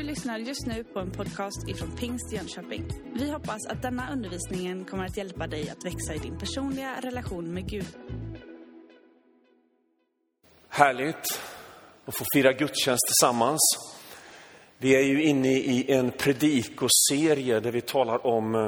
lyssnar just nu på en podcast ifrån Pingst Jönköping. Vi hoppas att denna undervisningen kommer att hjälpa dig att växa i din personliga relation med Gud. Härligt att få fira gudstjänst tillsammans. Vi är ju inne i en predikoserie där vi talar om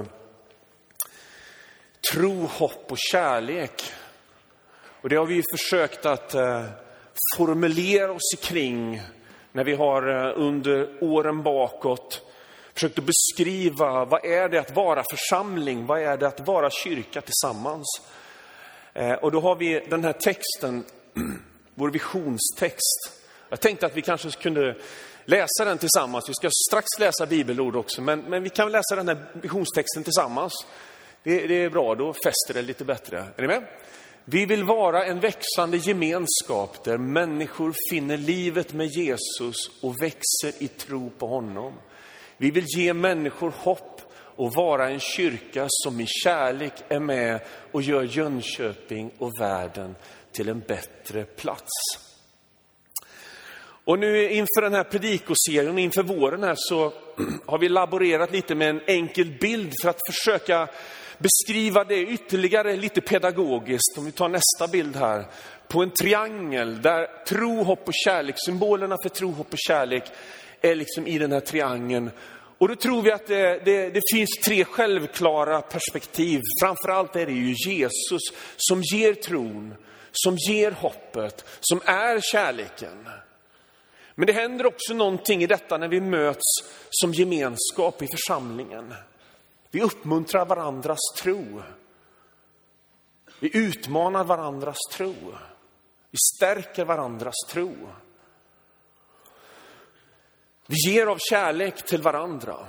tro, hopp och kärlek. Och det har vi ju försökt att formulera oss kring när vi har under åren bakåt försökt att beskriva vad är det att vara församling, vad är det att vara kyrka tillsammans. Och då har vi den här texten, vår visionstext. Jag tänkte att vi kanske kunde läsa den tillsammans. Vi ska strax läsa bibelord också, men vi kan läsa den här visionstexten tillsammans. Det är bra, då fäster det lite bättre. Är ni med? Vi vill vara en växande gemenskap där människor finner livet med Jesus och växer i tro på honom. Vi vill ge människor hopp och vara en kyrka som i kärlek är med och gör Jönköping och världen till en bättre plats. Och nu inför den här predikoserien, inför våren här, så har vi laborerat lite med en enkel bild för att försöka beskriva det ytterligare lite pedagogiskt. Om vi tar nästa bild här. På en triangel där tro, hopp och kärlek, symbolerna för tro, hopp och kärlek är liksom i den här triangeln. Och då tror vi att det finns tre självklara perspektiv. Framförallt är det ju Jesus som ger tron, som ger hoppet, som är kärleken. Men det händer också någonting i detta när vi möts som gemenskap i församlingen. Vi uppmuntrar varandras tro. Vi utmanar varandras tro. Vi stärker varandras tro. Vi ger av kärlek till varandra.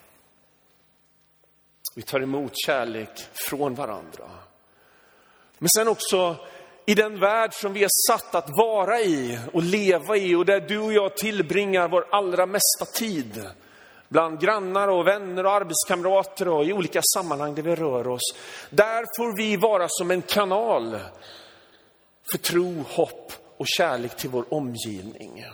Vi tar emot kärlek från varandra. Men sen också i den värld som vi är satt att vara i och leva i, och där du och jag tillbringar vår allra mesta tid, bland grannar och vänner och arbetskamrater och i olika sammanhang där vi rör oss. Där får vi vara som en kanal för tro, hopp och kärlek till vår omgivning.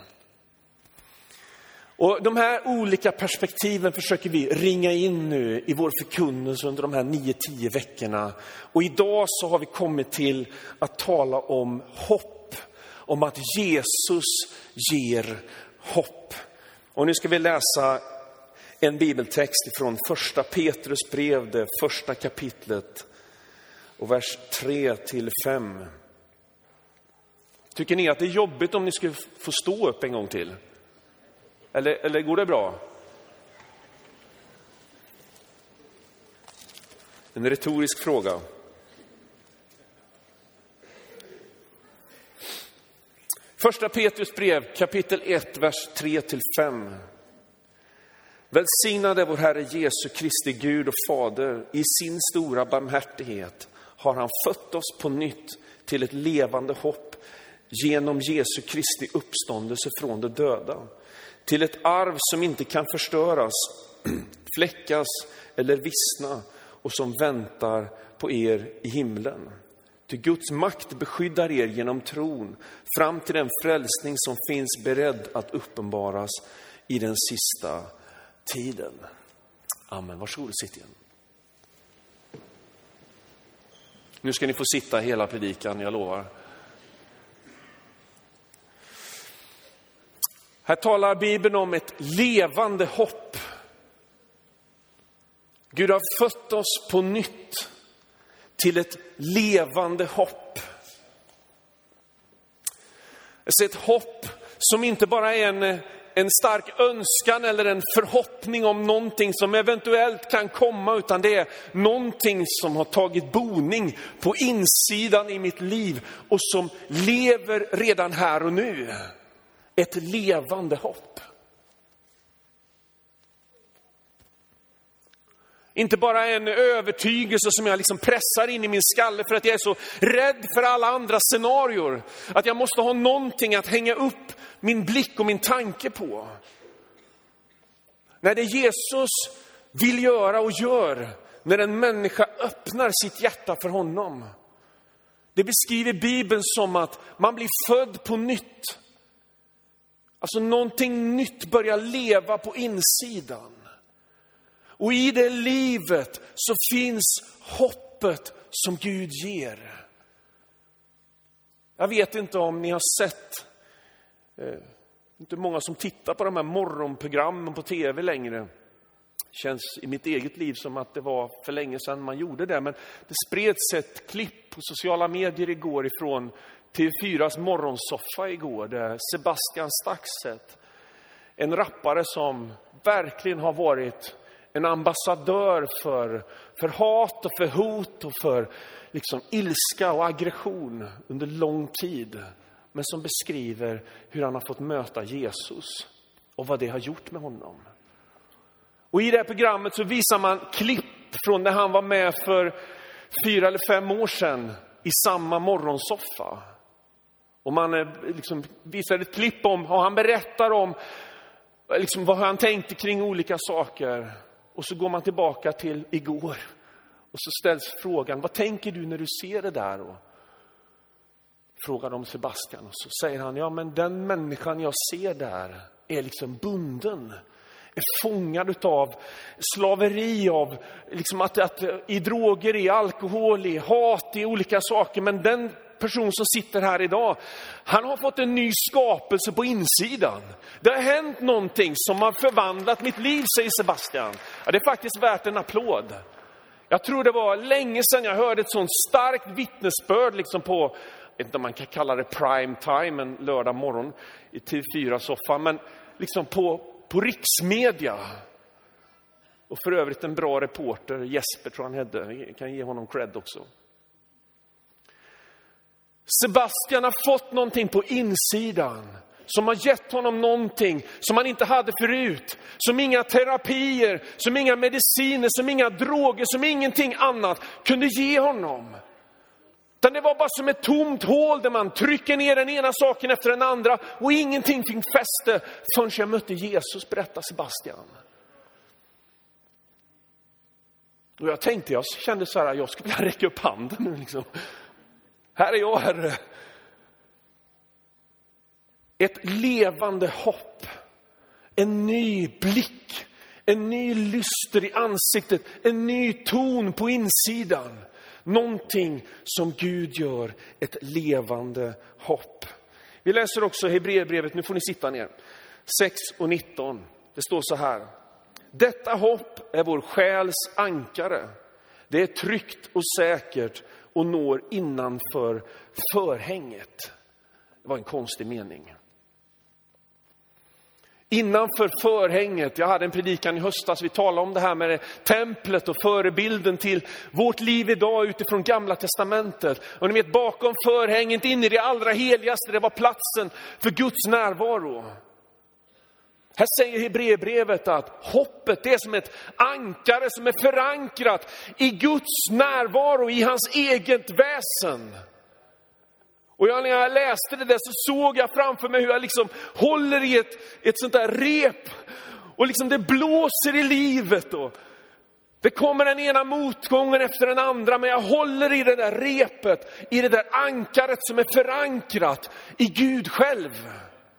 Och de här olika perspektiven försöker vi ringa in nu i vår förkunnelse under de här 9-10 veckorna. Och idag så har vi kommit till att tala om hopp. Om att Jesus ger hopp. Och nu ska vi läsa en bibeltext från första Petrus brev, det första kapitlet och vers 3-5. Tycker ni att det är jobbigt om ni skulle få stå upp en gång till? Eller går det bra? En retorisk fråga. Första Petrus brev, kapitel 1, vers 3-5. Välsignade vår Herre Jesu Kristi Gud och Fader, i sin stora barmhärtighet har han fött oss på nytt till ett levande hopp genom Jesu Kristi uppståndelse från de döda. Till ett arv som inte kan förstöras, fläckas eller vissna och som väntar på er i himlen. Ty Guds makt beskyddar er genom tron fram till den frälsning som finns beredd att uppenbaras i den sista tiden. Amen. Varsågod och sitt igen. Nu ska ni få sitta hela predikan, jag lovar. Här talar Bibeln om ett levande hopp. Gud har fött oss på nytt till ett levande hopp. Alltså ett hopp som inte bara är en stark önskan eller en förhoppning om någonting som eventuellt kan komma, utan det är någonting som har tagit boning på insidan i mitt liv och som lever redan här och nu. Ett levande hopp. Inte bara en övertygelse som jag liksom pressar in i min skalle för att jag är så rädd för alla andra scenarier. Att jag måste ha någonting att hänga upp min blick och min tanke på. När det Jesus vill göra och gör, när en människa öppnar sitt hjärta för honom. Det beskriver Bibeln som att man blir född på nytt. Alltså någonting nytt börjar leva på insidan. Och i det livet så finns hoppet som Gud ger. Jag vet inte om ni har sett, inte många som tittar på de här morgonprogrammen på tv längre. Känns i mitt eget liv som att det var för länge sedan man gjorde det. Men det spreds ett klipp på sociala medier igår ifrån TV4s morgonsoffa igår. Där Sebastian Staxet, en rappare som verkligen har varit en ambassadör för hat och för hot och för liksom ilska och aggression under lång tid. Men som beskriver hur han har fått möta Jesus och vad det har gjort med honom. Och i det här programmet så visar man klipp från när han var med för 4 eller 5 år sedan i samma morgonsoffa. Och man liksom visar ett klipp om, och han berättar om liksom vad han tänkte kring olika saker. Och så går man tillbaka till igår. Och så ställs frågan, vad tänker du när du ser det där? Och frågar om Sebastian. Och så säger han, ja men den människan jag ser där är liksom bunden. Är fångad av slaveri, av liksom att i droger, i alkohol, i hat, i olika saker. Men den person som sitter här idag, han har fått en ny skapelse på insidan. Det har hänt någonting som har förvandlat mitt liv, säger Sebastian. Ja, det är faktiskt värt en applåd. Jag tror det var länge sedan jag hörde ett sånt starkt vittnesbörd liksom på, jag vet inte om man kan kalla det prime time, en lördag morgon i TV4-soffan, men liksom på riksmedia. Och för övrigt en bra reporter, Jesper tror han hette. Jag kan ge honom cred också. Sebastian har fått någonting på insidan som har gett honom någonting som han inte hade förut. Som inga terapier, som inga mediciner, som inga droger, som ingenting annat kunde ge honom. Utan det var bara som ett tomt hål där man trycker ner den ena saken efter den andra och ingenting fick fäste förrän jag mötte Jesus, berättar Sebastian. Och jag kände så här, jag skulle vilja räcka upp handen nu liksom. Här är jag, Herre. Ett levande hopp. En ny blick. En ny lyster i ansiktet. En ny ton på insidan. Någonting som Gud gör. Ett levande hopp. Vi läser också Hebreerbrevet. Nu får ni sitta ner. 6 och 19. Det står så här. Detta hopp är vår själs ankare. Det är tryggt och säkert och når innanför förhänget. Det var en konstig mening. Innanför förhänget. Jag hade en predikan i höstas. Vi talade om det här med templet och förebilden till vårt liv idag utifrån Gamla testamentet. Och ni vet, bakom förhänget, in i det allra heligaste, det var platsen för Guds närvaro. Här säger Hebreerbrevet att hoppet är som ett ankare som är förankrat i Guds närvaro, i hans eget väsen. Och när jag läste det där så såg jag framför mig hur jag liksom håller i ett sånt där rep. Och liksom det blåser i livet. Och det kommer den ena motgången efter den andra. Men jag håller i det där repet, i det där ankaret som är förankrat i Gud själv.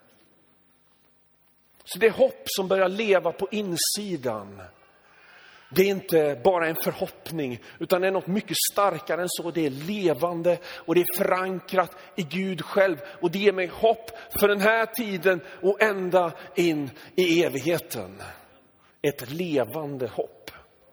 Så det är hopp som börjar leva på insidan. Det är inte bara en förhoppning, utan det är något mycket starkare än så. Det är levande och det är förankrat i Gud själv. Och det ger mig hopp för den här tiden och ända in i evigheten. Ett levande hopp.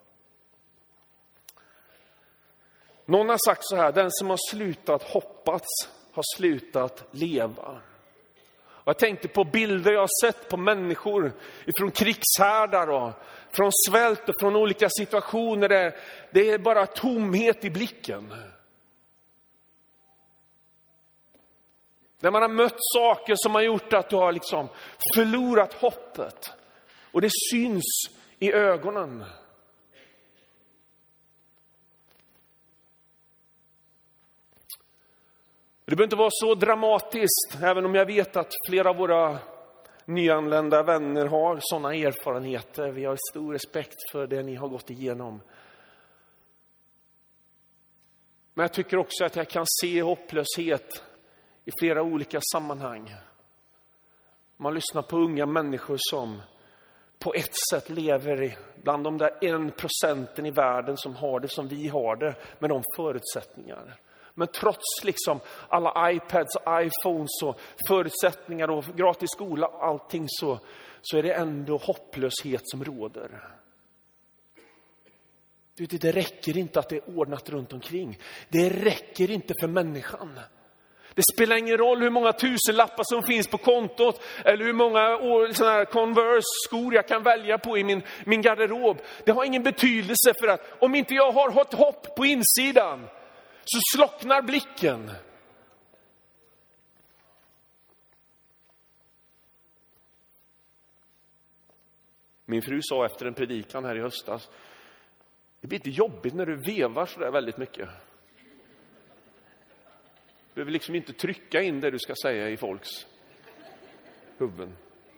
Någon har sagt så här, den som har slutat hoppas har slutat leva. Jag tänkte på bilder jag har sett på människor från krigshärdar och från svält och från olika situationer där det är bara tomhet i blicken. Där man har mött saker som har gjort att du har liksom förlorat hoppet. Och det syns i ögonen. Det behöver inte vara så dramatiskt, även om jag vet att flera av våra nyanlända vänner har sådana erfarenheter. Vi har stor respekt för det ni har gått igenom. Men jag tycker också att jag kan se hopplöshet i flera olika sammanhang. Man lyssnar på unga människor som på ett sätt lever bland de där 1% i världen som har det som vi har det, med de förutsättningar. Men trots liksom alla iPads och iPhones och förutsättningar och gratis skola och allting, så är det ändå hopplöshet som råder. Det räcker inte att det är ordnat runt omkring. Det räcker inte för människan. Det spelar ingen roll hur många tusenlappar som finns på kontot eller hur många såna här Converse-skor jag kan välja på i min garderob. Det har ingen betydelse, för att om inte jag har ett hopp på insidan så slocknar blicken. Min fru sa efter en predikan här i höstas: det blir lite jobbigt när du vevar så där väldigt mycket. Du behöver liksom inte trycka in det du ska säga i folks huvuden.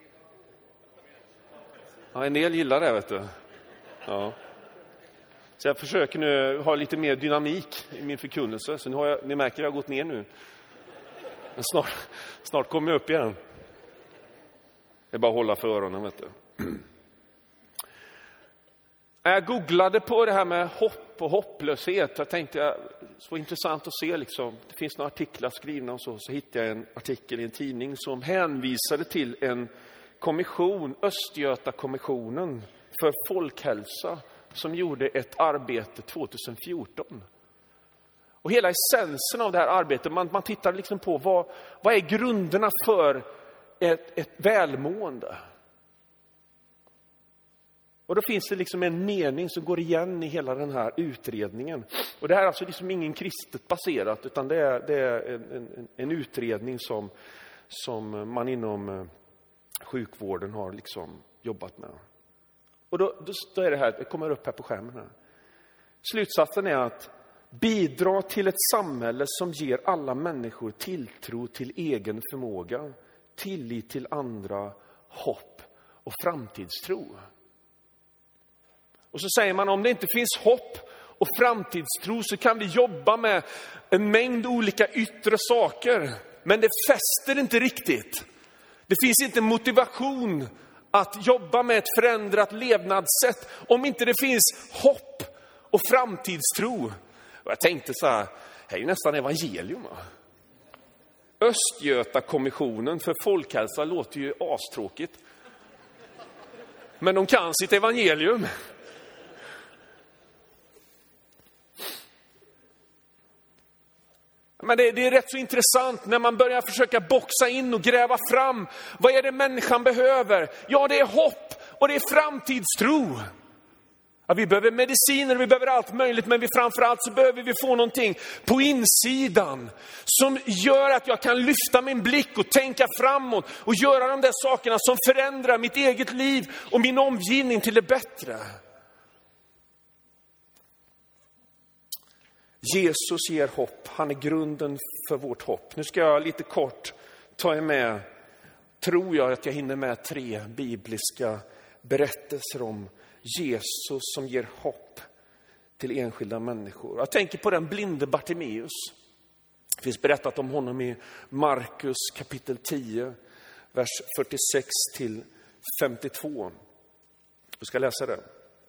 Ja, en del gillar det, vet du. Ja. Så jag försöker nu ha lite mer dynamik i min förkunnelse. Så nu har ni märker att jag har gått ner nu. Men snart kommer jag upp igen. Det är bara att hålla för öronen, vet du. Jag googlade på det här med hopp och hopplöshet. Jag tänkte, så intressant att se liksom. Det finns några artiklar skrivna och så hittade jag en artikel i en tidning som hänvisade till en kommission, Östgötakommissionen för folkhälsa, som gjorde ett arbete 2014. Och hela essensen av det här arbetet, man tittar liksom på vad är grunderna för ett välmående. Och då finns det liksom en mening som går igen i hela den här utredningen. Och det här är alltså liksom ingen kristet baserat, utan det är en utredning som man inom sjukvården har liksom jobbat med. Och då är det här, det kommer upp här på skärmen här. Slutsatsen är att bidra till ett samhälle som ger alla människor tilltro till egen förmåga, tillit till andra, hopp och framtidstro. Och så säger man, om det inte finns hopp och framtidstro så kan vi jobba med en mängd olika yttre saker. Men det fäster inte riktigt. Det finns inte motivation att jobba med ett förändrat levnadssätt om inte det finns hopp och framtidstro. Och jag tänkte så här, det är ju nästan evangelium. Östgötakommissionen för folkhälsa låter ju astråkigt. Men de kan sitt evangelium. Men det är rätt så intressant när man börjar försöka boxa in och gräva fram. Vad är det människan behöver? Ja, det är hopp och det är framtidstro. Ja, vi behöver mediciner, vi behöver allt möjligt, men framförallt så behöver vi få någonting på insidan som gör att jag kan lyfta min blick och tänka framåt och göra de där sakerna som förändrar mitt eget liv och min omgivning till det bättre. Jesus ger hopp. Han är grunden för vårt hopp. Nu ska jag lite kort ta er med, tror jag att jag hinner med 3 bibliska berättelser om Jesus som ger hopp till enskilda människor. Jag tänker på den blinde Bartimeus. Det finns berättat om honom i Markus kapitel 10, vers 46 till 52. Jag ska läsa det.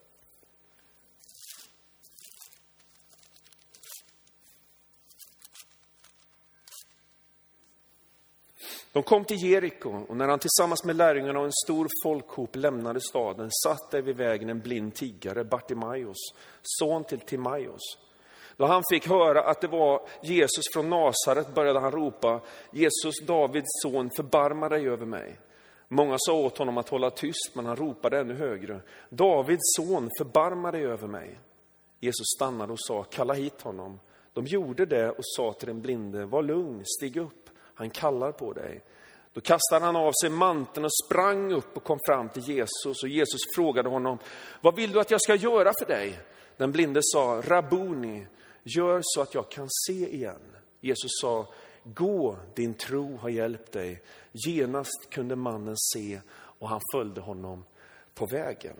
De kom till Jeriko, och när han tillsammans med lärjungarna och en stor folkhop lämnade staden satt där vid vägen en blind tiggare, Bartimeus, son till Timaios. Då han fick höra att det var Jesus från Nasaret började han ropa: Jesus, Davids son, förbarma dig över mig. Många sa åt honom att hålla tyst, men han ropade ännu högre: Davids son, förbarma dig över mig. Jesus stannade och sa: kalla hit honom. De gjorde det och sa till den blinde: var lugn, stig upp. Han kallar på dig. Då kastade han av sig manteln och sprang upp och kom fram till Jesus. Och Jesus frågade honom: vad vill du att jag ska göra för dig? Den blinde sa: Rabboni, gör så att jag kan se igen. Jesus sa: gå, din tro har hjälpt dig. Genast kunde mannen se och han följde honom på vägen.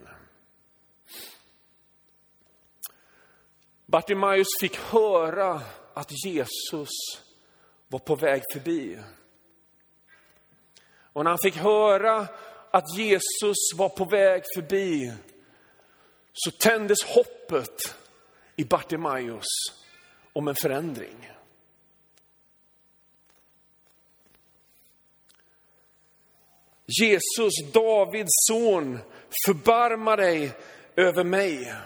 Bartimeus fick höra att Jesus var på väg förbi. Och när han fick höra att Jesus var på väg förbi, så tändes hoppet i Bartimaeus om en förändring. Jesus, Davids son, förbarma dig över mig.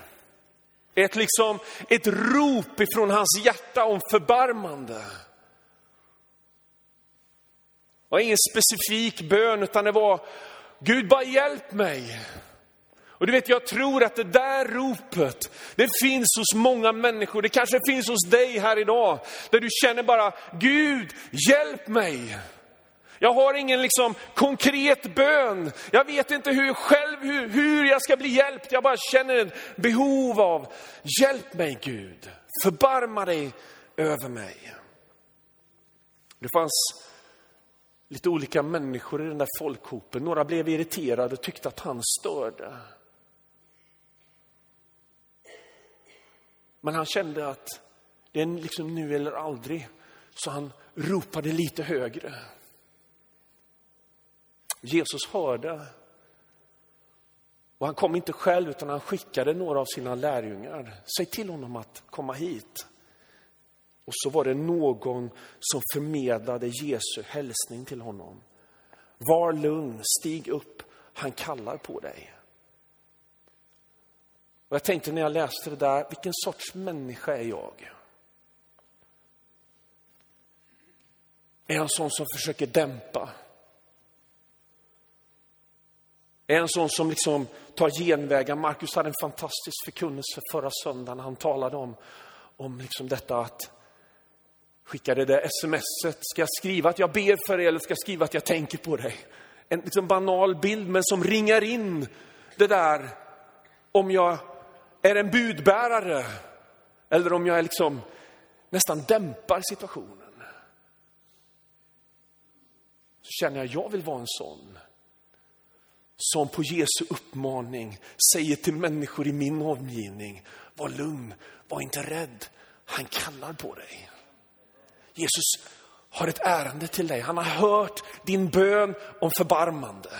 Ett rop ifrån hans hjärta om förbarmande. Det var ingen specifik bön, utan det var: Gud, bara hjälp mig. Och du vet, jag tror att det där ropet, det finns hos många människor. Det kanske finns hos dig här idag, där du känner bara: Gud, hjälp mig. Jag har ingen konkret bön. Jag vet inte hur jag ska bli hjälpt. Jag bara känner ett behov av: hjälp mig Gud. Förbarma dig över mig. Det fanns lite olika människor i den där folkhopen. Några blev irriterade och tyckte att han störde. Men han kände att det är nu eller aldrig. Så han ropade lite högre. Jesus hörde. Och han kom inte själv, utan han skickade några av sina lärjungar. Säg till honom att komma hit. Och så var det någon som förmedlade Jesu hälsning till honom. Var lugn, stig upp, han kallar på dig. Och jag tänkte när jag läste det där, vilken sorts människa är jag? Är jag en sån som försöker dämpa? Är en sån som tar genvägar? Markus hade en fantastisk förkunnelse förra söndagen. Han talade om detta att skicka det där sms:et. Ska jag skriva att jag ber för dig, eller ska jag skriva att jag tänker på dig? En banal bild, men som ringar in det där. Om jag är en budbärare, eller om jag nästan dämpar situationen. Så känner jag vill vara en sån som på Jesu uppmaning säger till människor i min omgivning: var lugn, var inte rädd, han kallar på dig. Jesus har ett ärende till dig. Han har hört din bön om förbarmande.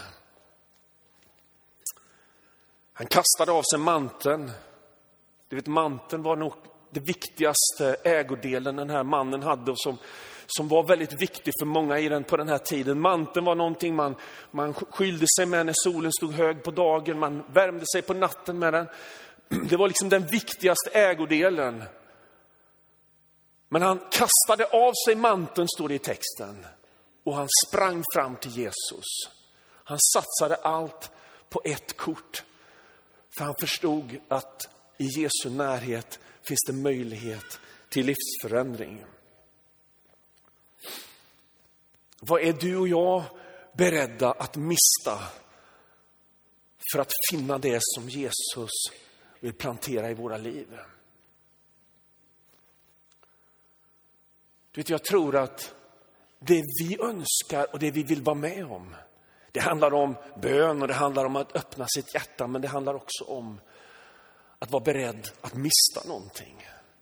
Han kastade av sig manteln. Du vet, manteln var nog det viktigaste ägodelen den här mannen hade, och som var väldigt viktig för många på den här tiden. Manteln var någonting man skylde sig med när solen stod hög på dagen. Man värmde sig på natten med den. Det var den viktigaste ägodelen. Men han kastade av sig manteln, står det i texten. Och han sprang fram till Jesus. Han satsade allt på ett kort. För han förstod att i Jesu närhet finns det möjlighet till livsförändring. Vad är du och jag beredda att mista för att finna det som Jesus vill plantera i våra liv? Du vet, jag tror att det vi önskar och det vi vill vara med om, det handlar om bön och det handlar om att öppna sitt hjärta, men det handlar också om att vara beredd att mista någonting.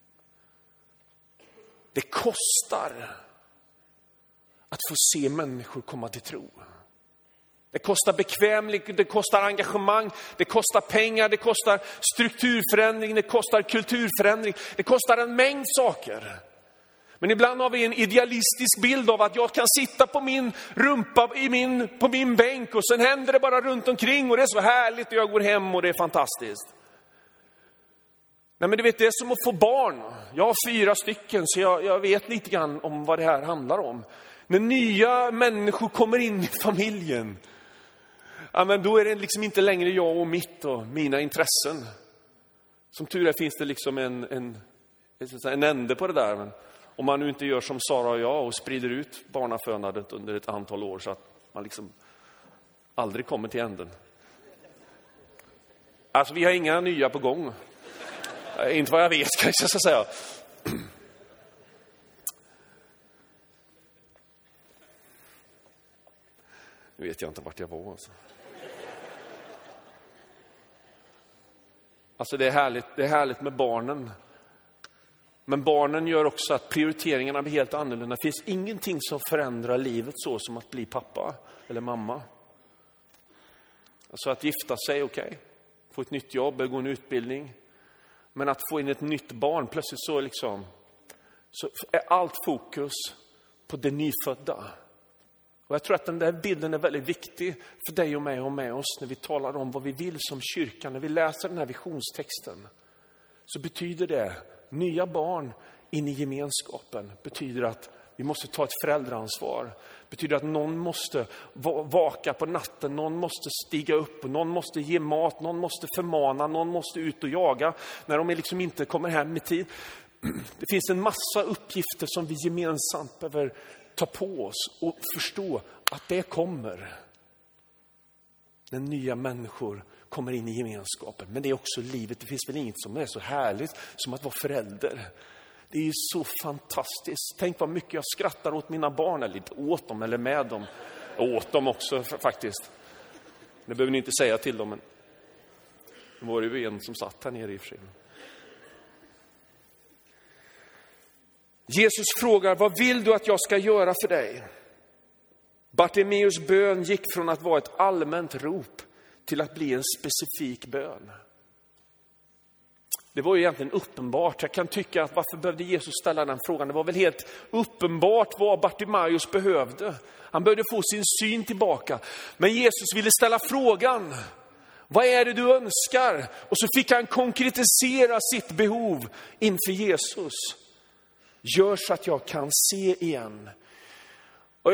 Det kostar att få se människor komma till tro. Det kostar bekvämlighet, det kostar engagemang, det kostar pengar, det kostar strukturförändring, det kostar kulturförändring, det kostar en mängd saker. Men ibland har vi en idealistisk bild av att jag kan sitta på min rumpa på min bänk och sen händer det bara runt omkring och det är så härligt och jag går hem och det är fantastiskt. Nej, men du vet, det är som att få barn. Jag har 4 stycken, så jag vet lite grann om vad det här handlar om. När nya människor kommer in i familjen, ja, men då är det inte längre jag och mitt och mina intressen. Som tur är finns det en ände på det där. Men om man nu inte gör som Sara och jag och sprider ut barnafödandet under ett antal år så att man aldrig kommer till änden. Alltså, vi har inga nya på gång. Inte vad jag vet, kan jag säga. Nu vet jag inte vart jag var. Alltså det är härligt med barnen. Men barnen gör också att prioriteringarna blir helt annorlunda. Det finns ingenting som förändrar livet så som att bli pappa eller mamma. Alltså att gifta sig, okej. Få ett nytt jobb eller gå en utbildning. Men att få in ett nytt barn, plötsligt så är allt fokus på det nyfödda. Och jag tror att den där bilden är väldigt viktig för dig och mig och med oss när vi talar om vad vi vill som kyrka. När vi läser den här visionstexten så betyder det nya barn in i gemenskapen. Betyder att vi måste ta ett föräldraansvar. Betyder att någon måste vaka på natten, någon måste stiga upp, någon måste ge mat, någon måste förmana, någon måste ut och jaga när de liksom inte kommer hem i tid. Det finns en massa uppgifter som vi gemensamt behöver ta på oss och förstå att det kommer när nya människor kommer in i gemenskapen. Men det är också livet. Det finns väl inget som är så härligt som att vara förälder. Det är ju så fantastiskt. Tänk vad mycket jag skrattar åt mina barn. Eller inte åt dem eller med dem. Åt dem också faktiskt. Det behöver ni inte säga till dem. Men det var ju en som satt här nere i och för sig. Jesus frågar, vad vill du att jag ska göra för dig? Bartimeus bön gick från att vara ett allmänt rop till att bli en specifik bön. Det var ju egentligen uppenbart. Jag kan tycka att varför behövde Jesus ställa den frågan? Det var väl helt uppenbart vad Bartimeus behövde. Han behövde få sin syn tillbaka. Men Jesus ville ställa frågan, vad är det du önskar? Och så fick han konkretisera sitt behov inför Jesus. Gör så att jag kan se igen. Och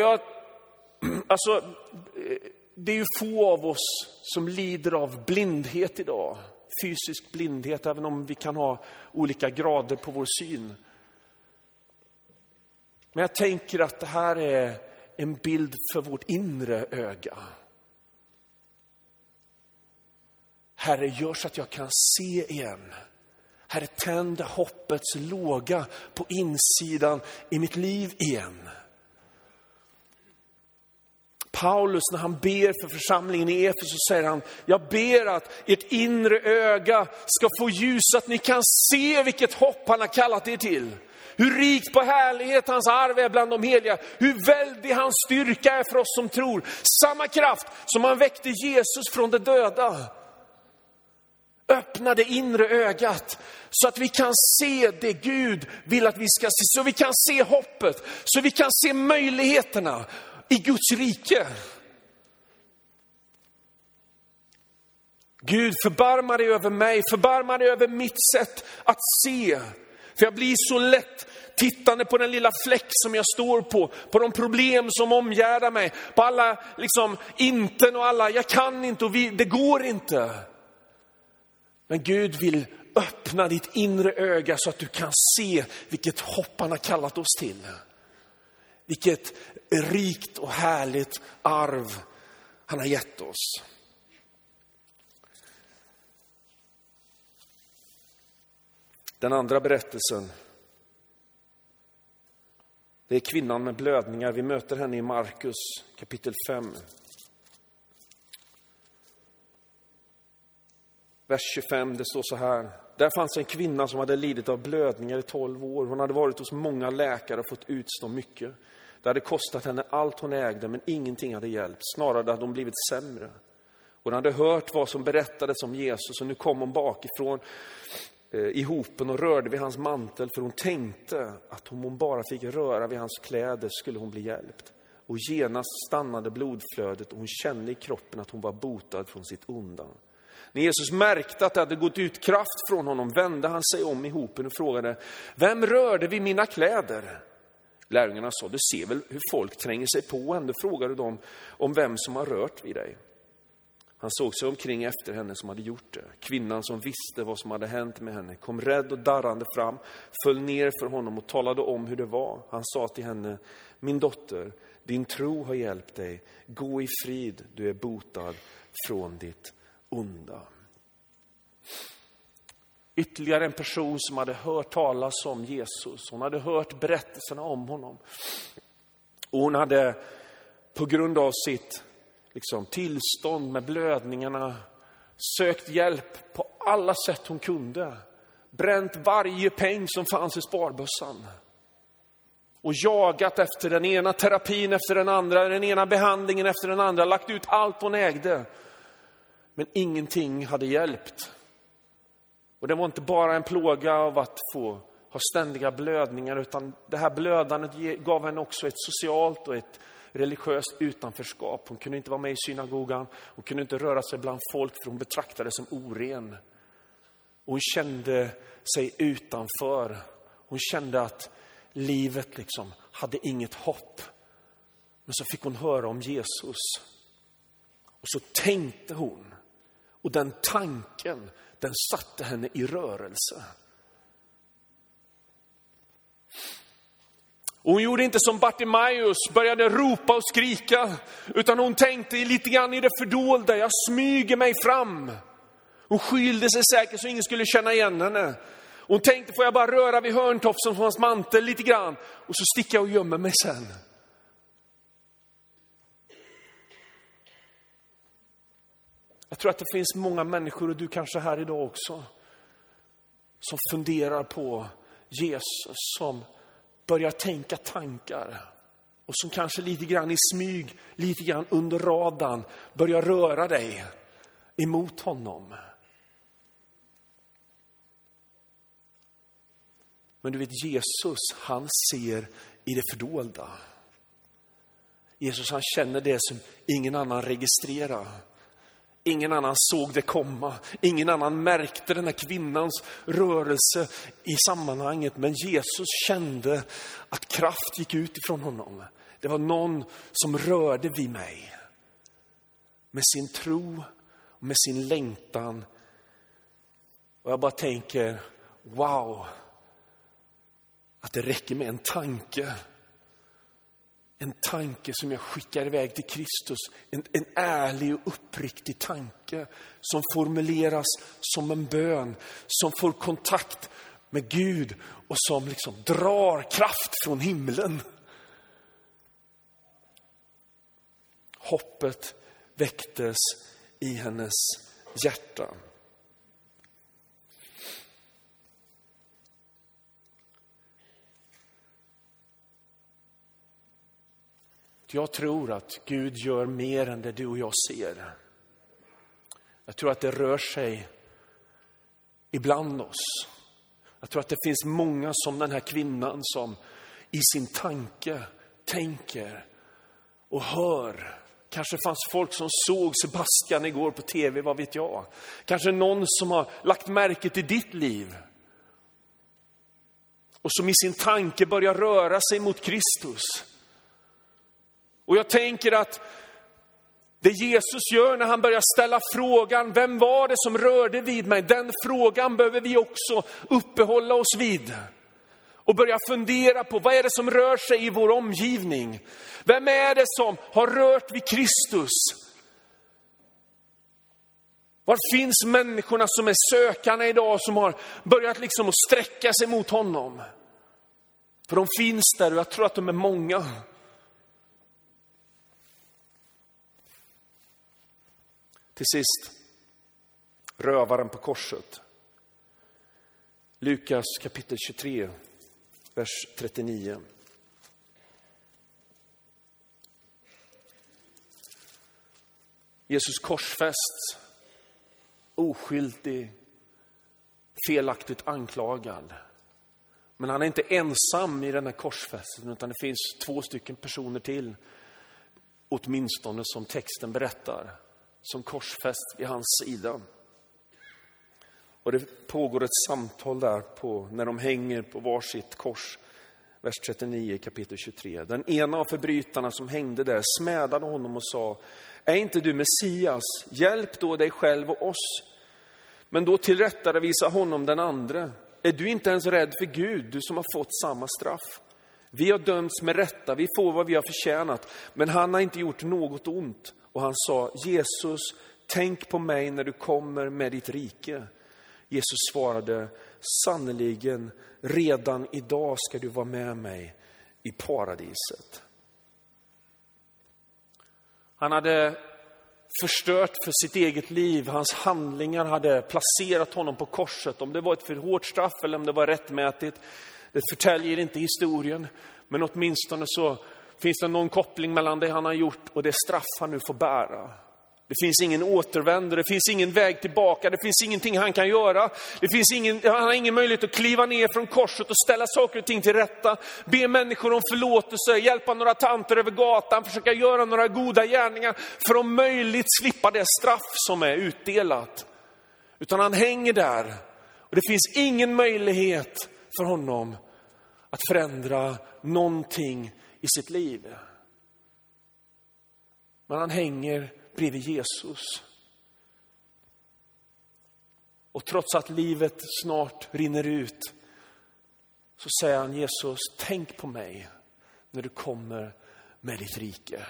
det är ju få av oss som lider av blindhet idag. Fysisk blindhet, även om vi kan ha olika grader på vår syn. Men jag tänker att det här är en bild för vårt inre öga. Herre, gör så att jag kan se igen. Herre, tänd hoppets låga på insidan i mitt liv igen. Paulus, när han ber för församlingen i Efesos, säger han, jag ber att ert inre öga ska få ljus så att ni kan se vilket hopp han har kallat er till. Hur rikt på härlighet hans arv är bland de heliga. Hur väldig hans styrka är för oss som tror. Samma kraft som han väckte Jesus från de döda. Öppna det inre ögat så att vi kan se det Gud vill att vi ska se. Så vi kan se hoppet. Så vi kan se möjligheterna i Guds rike. Gud, förbarma dig över mig. Förbarma dig över mitt sätt att se. För jag blir så lätt tittande på den lilla fläck som jag står på de problem som omgärdar mig. På alla inten och alla, jag kan inte och det går inte. Men Gud vill öppna ditt inre öga så att du kan se vilket hopp han har kallat oss till. Vilket rikt och härligt arv han har gett oss. Den andra berättelsen, det är kvinnan med blödningar. Vi möter henne i Markus kapitel 5. Vers 25, det står så här. Där fanns en kvinna som hade lidit av blödningar i 12 år. Hon hade varit hos många läkare och fått utstå mycket. Det hade kostat henne allt hon ägde, men ingenting hade hjälpt. Snarare hade hon blivit sämre. Hon hade hört vad som berättades om Jesus och nu kom hon bakifrån i hopen och rörde vid hans mantel. För hon tänkte att om hon bara fick röra vid hans kläder skulle hon bli hjälpt. Och genast stannade blodflödet och hon kände i kroppen att hon var botad från sitt onda. När Jesus märkte att det hade gått ut kraft från honom vände han sig om i hopen och frågade, vem rörde vid mina kläder? Lärjungarna sa, du ser väl hur folk tränger sig på, och ändå frågade de om vem som har rört vid dig. Han såg sig omkring efter henne som hade gjort det. Kvinnan som visste vad som hade hänt med henne kom rädd och darrande fram, föll ner för honom och talade om hur det var. Han sa till henne, min dotter, din tro har hjälpt dig. Gå i frid, du är botad från ditt onda. Ytterligare en person som hade hört talas om Jesus. Hon hade hört berättelserna om honom. Och hon hade på grund av sitt tillstånd med blödningarna sökt hjälp på alla sätt hon kunde. bränt varje peng som fanns i sparbössan. Och jagat efter den ena terapin efter den andra, den ena behandlingen efter den andra. Lagt ut allt hon ägde. Men ingenting hade hjälpt. Och det var inte bara en plåga av att få ha ständiga blödningar, utan det här blödandet gav henne också ett socialt och ett religiöst utanförskap. Hon kunde inte vara med i synagogan. Hon kunde inte röra sig bland folk för hon betraktades som oren. Och hon kände sig utanför. Hon kände att livet liksom hade inget hopp. Men så fick hon höra om Jesus. Och så tänkte hon. Och den tanken, den satte henne i rörelse. Och hon gjorde inte som Bartimaeus, började ropa och skrika. Utan hon tänkte lite grann i det fördolda, jag smyger mig fram. Hon skylde sig säkert så ingen skulle känna igen henne. Hon tänkte, får jag bara röra vid hörntofsen från hans mantel lite grann. Och så sticker jag och gömmer mig sen. Jag tror att det finns många människor, och du kanske här idag också, som funderar på Jesus, som börjar tänka tankar. Och som kanske lite grann i smyg, lite grann under radarn, börjar röra dig emot honom. Men du vet, Jesus, han ser i det fördolda. Jesus, han känner det som ingen annan registrerar. Ingen annan såg det komma. Ingen annan märkte den här kvinnans rörelse i sammanhanget. Men Jesus kände att kraft gick ut ifrån honom. Det var någon som rörde vid mig. Med sin tro och med sin längtan. Och jag bara tänker, wow. Att det räcker med en tanke. En tanke som jag skickar iväg till Kristus. En ärlig och uppriktig tanke. Som formuleras som en bön. Som får kontakt med Gud. Och som liksom drar kraft från himlen. Hoppet väcktes i hennes hjärta. Jag tror att Gud gör mer än det du och jag ser. Jag tror att det rör sig ibland oss. Jag tror att det finns många som den här kvinnan som i sin tanke tänker och hör. Kanske fanns folk som såg Sebastian igår på tv, vad vet jag. Kanske någon som har lagt märke till ditt liv. Och som i sin tanke börjar röra sig mot Kristus. Och jag tänker att det Jesus gör när han börjar ställa frågan, vem var det som rörde vid mig? Den frågan behöver vi också uppehålla oss vid. Och börja fundera på, vad är det som rör sig i vår omgivning? Vem är det som har rört vid Kristus? Var finns människorna som är sökande idag, som har börjat liksom att sträcka sig mot honom? För de finns där och jag tror att de är många. Till sist, rövaren på korset. Lukas kapitel 23, vers 39. Jesus korsfästs, oskyldig, felaktigt anklagad. Men han är inte ensam i den här korsfästelsen, utan det finns 2 personer till, åtminstone som texten berättar, som korsfäst vid hans sida. Och det pågår ett samtal där på, när de hänger på varsitt kors. Vers 39 kapitel 23. Den ena av förbrytarna som hängde där smädade honom och sa, är inte du Messias? Hjälp då dig själv och oss. Men då tillrättavisar honom den andra. Är du inte ens rädd för Gud, du som har fått samma straff? Vi har dömts med rätta, vi får vad vi har förtjänat. Men han har inte gjort något ont. Och han sa, Jesus, tänk på mig när du kommer med ditt rike. Jesus svarade, sannoliken, redan idag ska du vara med mig i paradiset. Han hade förstört för sitt eget liv. Hans handlingar hade placerat honom på korset. Om det var ett för hårt straff eller om det var rättmätigt, det förtäljer inte historien. Men åtminstone så finns det någon koppling mellan det han har gjort och det straff han nu får bära. Det finns ingen återvändo, det finns ingen väg tillbaka, det finns ingenting han kan göra. Han har ingen möjlighet att kliva ner från korset och ställa saker och ting till rätta. Be människor om förlåtelse, hjälpa några tanter över gatan, försöka göra några goda gärningar för om möjligt slippa det straff som är utdelat. Utan han hänger där och det finns ingen möjlighet för honom att förändra någonting i sitt liv. Men han hänger bredvid Jesus. Och trots att livet snart rinner ut så säger han: Jesus, tänk på mig när du kommer med ditt rike.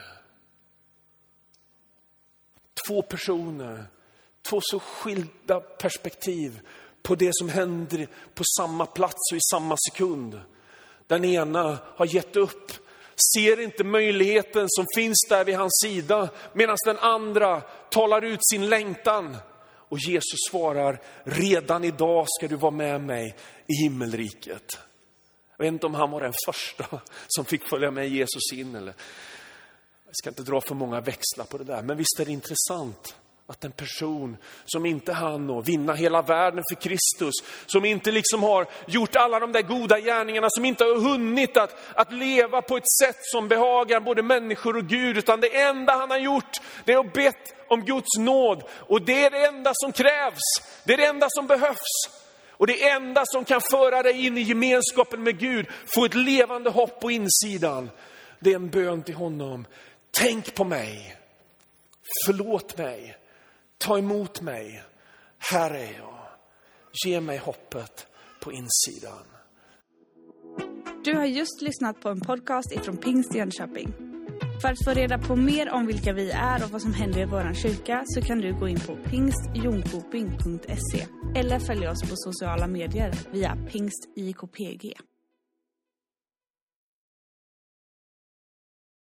Två personer, två så skilda perspektiv på det som händer på samma plats och i samma sekund. Den ena har gett upp, ser inte möjligheten som finns där vid hans sida, medan den andra talar ut sin längtan. Och Jesus svarar: redan idag ska du vara med mig i himmelriket. Jag vet inte om han var den första som fick följa med Jesus in. Eller. Jag ska inte dra för många växlar på det där. Men visst är det intressant att en person som inte hann att vinna hela världen för Kristus, som inte liksom har gjort alla de där goda gärningarna, som inte har hunnit att leva på ett sätt som behagar både människor och Gud, utan det enda han har gjort, det är att bett om Guds nåd. Och det är det enda som krävs. Det är det enda som behövs. Och det enda som kan föra dig in i gemenskapen med Gud, få ett levande hopp på insidan, det är en bön till honom: tänk på mig, förlåt mig, ta emot mig, här är jag, ge mig hoppet på insidan. Du har just lyssnat på en podcast ifrån Pingst Jönköping. För att få reda på mer om vilka vi är och vad som händer i våran kyrka så kan du gå in på pingstjonkoping.se eller följa oss på sociala medier via pingstjkpg.